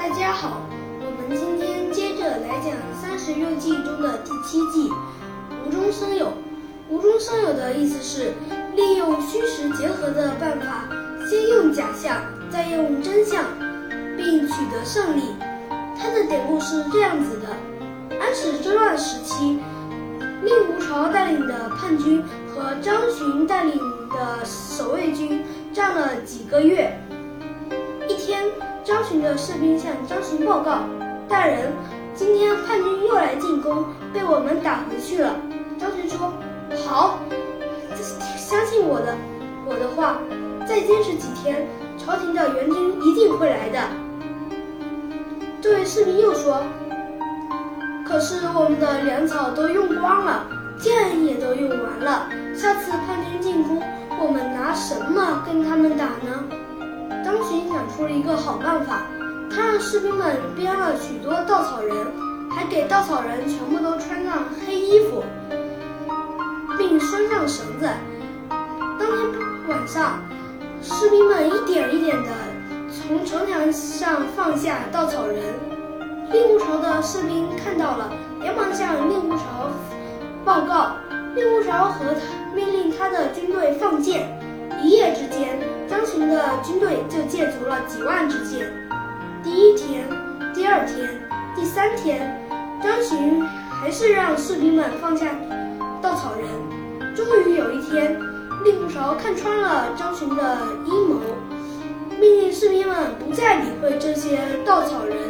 大家好，我们今天接着来讲《三十六计》中的第7计“无中生有”。无中生有的意思是利用虚实结合的办法，先用假象，再用真相，并取得胜利。它的典故是这样子的：安史之乱时期，令狐潮带领的叛军和张巡带领的守卫军战了几个月。一天，张巡的士兵向张巡报告：“大人，今天叛军又来进攻，被我们打回去了。”张巡说：“好，相信我的话，再坚持几天，朝廷的援军一定会来的。”这位士兵又说：“可是我们的粮草都用光了，箭也都用完了，下次叛军进攻，我们拿什么跟他们打呢？”张巡想出了一个好办法，他让士兵们编了许多稻草人，还给稻草人全部都穿上黑衣服，并拴上绳子。当天晚上，士兵们一点一点地从城墙上放下稻草人。令狐潮的士兵看到了，连忙向令狐潮报告。令狐潮命令他的军队放箭，一夜之间，张巡的军队就建足了几万支箭。第1天、第2天、第3天，张巡还是让士兵们放下稻草人。终于有一天，令狐潮看穿了张巡的阴谋，命令士兵们不再理会这些稻草人。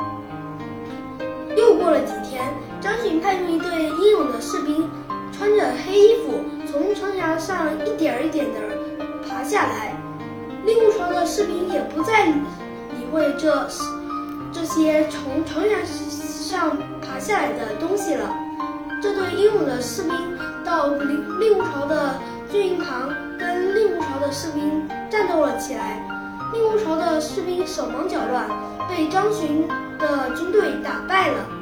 又过了几天，张巡派出一队英勇的士兵，穿着黑衣服从城墙上一点一点地爬下来。令狐潮的士兵也不再理会这些从城墙上爬下来的东西了。这队英勇的士兵到令狐潮的军营旁，跟令狐潮的士兵战斗了起来。令狐潮的士兵手忙脚乱，被张巡的军队打败了。